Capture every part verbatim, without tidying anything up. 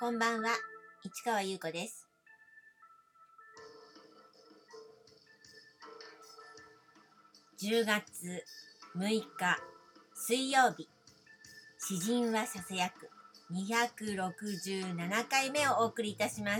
こんばんは、市川優子です。じゅうがつむいか水曜日、詩人はささやくにひゃくろくじゅうななかいめをお送りいたします。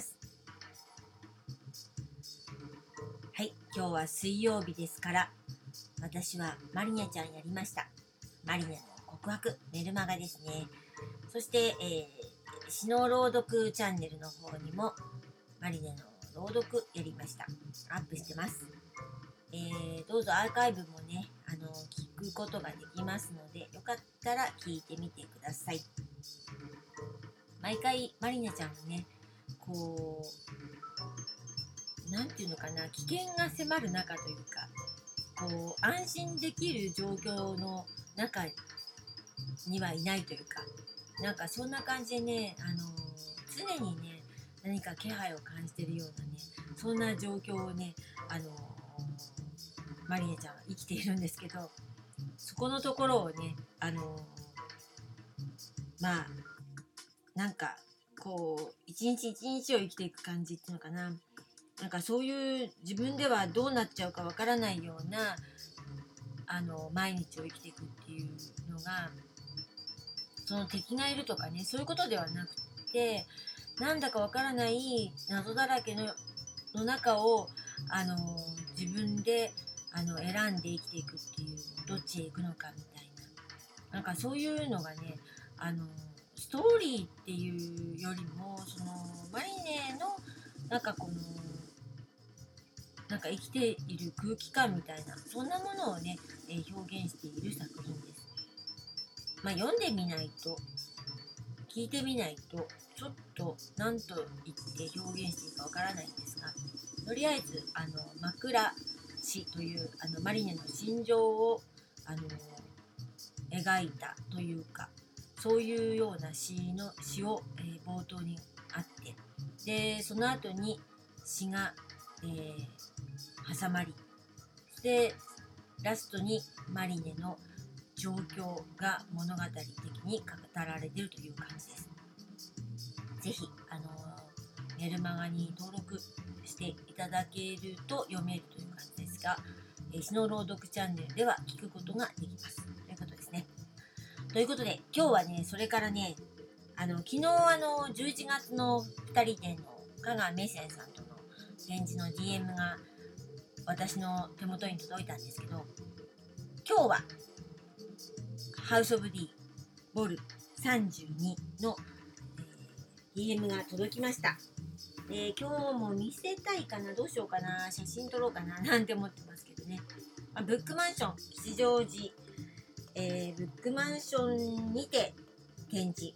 はい、今日は水曜日ですから、私はマリネちゃんやりました。マリネの告白メルマガですね。そして、えー、詩の朗読チャンネルの方にもマリネの朗読やりました。アップしてます。えー、どうぞアーカイブもね、あの聞くことができますので、よかったら聞いてみてください。毎回マリネちゃんはね、こうなんていうのかな、危険が迫る中というか、こう安心できる状況の中にはいないというか、なんかそんな感じでね、あの常にね、何か気配を感じてるようなね、そんな状況をね、あのマリネちゃんは生きているんですけど、そこのところをね、あのまあなんかこう一日一日を生きていく感じっていうのかな、なんかそういう自分ではどうなっちゃうかわからないようなあの毎日を生きていくっていうのが、その敵がいるとかね、そういうことではなくて、なんだかわからない謎だらけのの中をあの自分であの選んで生きていくっていう、どっちへ行くのかみたいな、なんかそういうのがね、あのストーリーっていうよりも、そのマリネのなんかこのなんか生きている空気感みたいな、そんなものをね、えー表現している作品です。まあ読んでみないと、聞いてみないと、ちょっと何と言って表現していいかわからないんですが、とりあえずあの枕詩というあのマリネの心情をあの描いたというか、そういうような詩の詩を、えー冒頭にあって、でその後に詩が、えー挟まり、でラストにマリネの状況が物語的に語られているという感じです。ぜひ、あのー、メルマガに登録していただけると読めるという感じですが、えー、詩の朗読チャンネルでは聞くことができますということですね。ということで、今日はね、それからね、あの昨日あのじゅういちがつのふたり展の香川メセンさんとの展示の ディーエム が私の手元に届いたんですけど、今日はハウスオブ D ボルさんじゅうにの、えー、ディーエム が届きました。で今日も見せたいかな、どうしようかな、写真撮ろうかななんて思ってますけどね、まあ、ブックマンション吉祥寺、えー、ブックマンションにて展示、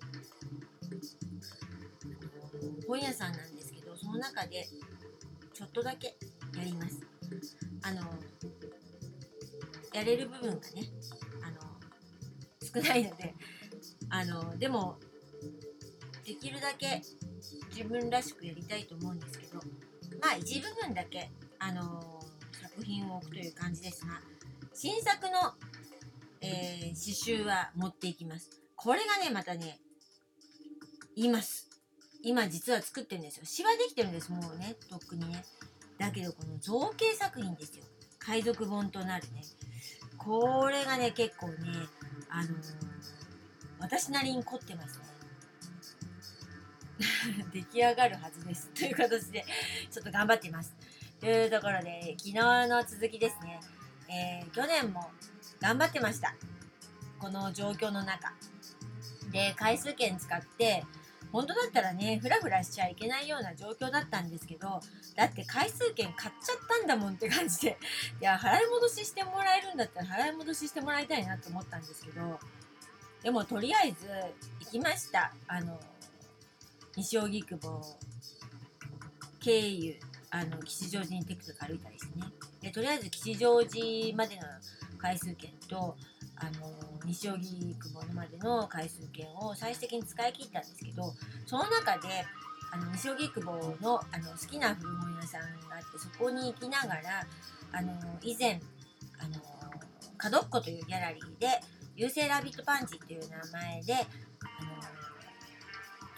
本屋さんなんですけど、その中でちょっとだけやります。あのやれる部分がね、あの少ないので、あのでもできるだけ自分らしくやりたいと思うんですけど、まあ一部分だけあの作品を置くという感じですが、新作の、えー、刺繍は持っていきます。これがねまたね言います。今実は作ってるんですよ。詩はできてるんです、もうね、とっくにね。だけどこの造形作品ですよ、海賊本となるね、これがね結構ね、あのー、私なりに凝ってますね。出来上がるはずですという形でちょっと頑張っています。というところで、昨日の続きですね、えー、去年も頑張ってました。この状況の中で回数券使って、本当だったらねフラフラしちゃいけないような状況だったんですけど、だって回数券買っちゃったんだもんって感じで、いや払い戻ししてもらえるんだったら払い戻ししてもらいたいなと思ったんですけど、でもとりあえず行きました。あの西荻窪経由、あの吉祥寺にテクテク歩いたりしてね、でとりあえず吉祥寺までの回数券とあの西荻窪までの回数券を最終的に使い切ったんですけど、その中であの西荻窪のあの好きな古本屋さんがあって、そこに行きながら、あの以前あの角っこというギャラリーで優勢ラビットパンチっていう名前であの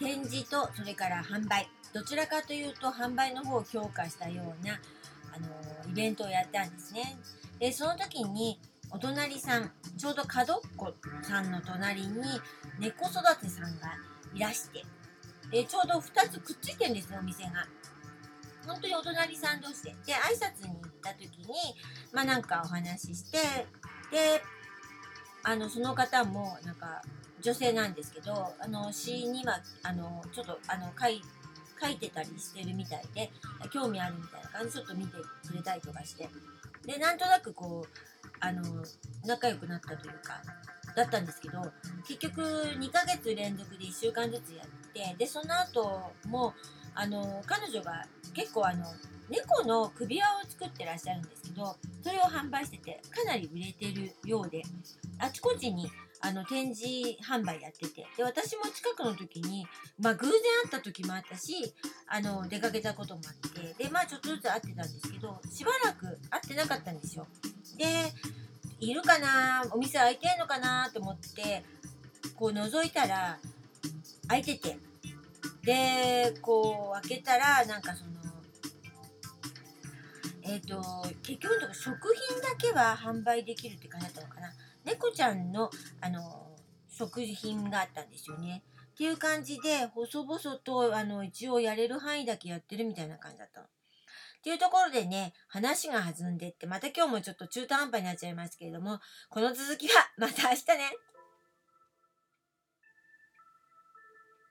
展示とそれから販売、どちらかというと販売の方を強化したようなあのイベントをやったんですね。でその時にお隣さん、ちょうど角っこさんの隣に猫育てさんがいらして、でちょうどふたつくっついてるんですよ、お店が。本当にお隣さん同士で、で挨拶に行った時にまあなんかお話しして、であのその方もなんか女性なんですけど、あの詩にはあのちょっとあの書い書いてたりしてるみたいで、興味あるみたいな感じでちょっと見てくれたりとかして、でなんとなくこうあの仲良くなったというかだったんですけど、結局にかげつ連続でいっしゅうかんずつやって、でその後もあの彼女が結構あの猫の首輪を作ってらっしゃるんですけど、それを販売しててかなり売れてるようで、あちこちにあの展示販売やってて、で私も近くの時に、まあ、偶然会った時もあったし、あの出かけたこともあって、でまあちょっとずつ会ってたんですけど、しばらく会ってなかったんですよ。でいるかな、お店開いてんのかなと思ってこう覗いたら開いてて、でこう開けたらなんかそのえっ、と結局のところ食品だけは販売できるって感じだったのかな。猫ちゃんのあの食品があったんですよね。っていう感じで細々とあの一応やれる範囲だけやってるみたいな感じだったの。っていうところでね、話が弾んでって、また今日もちょっと中途半端になっちゃいますけれども、この続きはまた明日ね。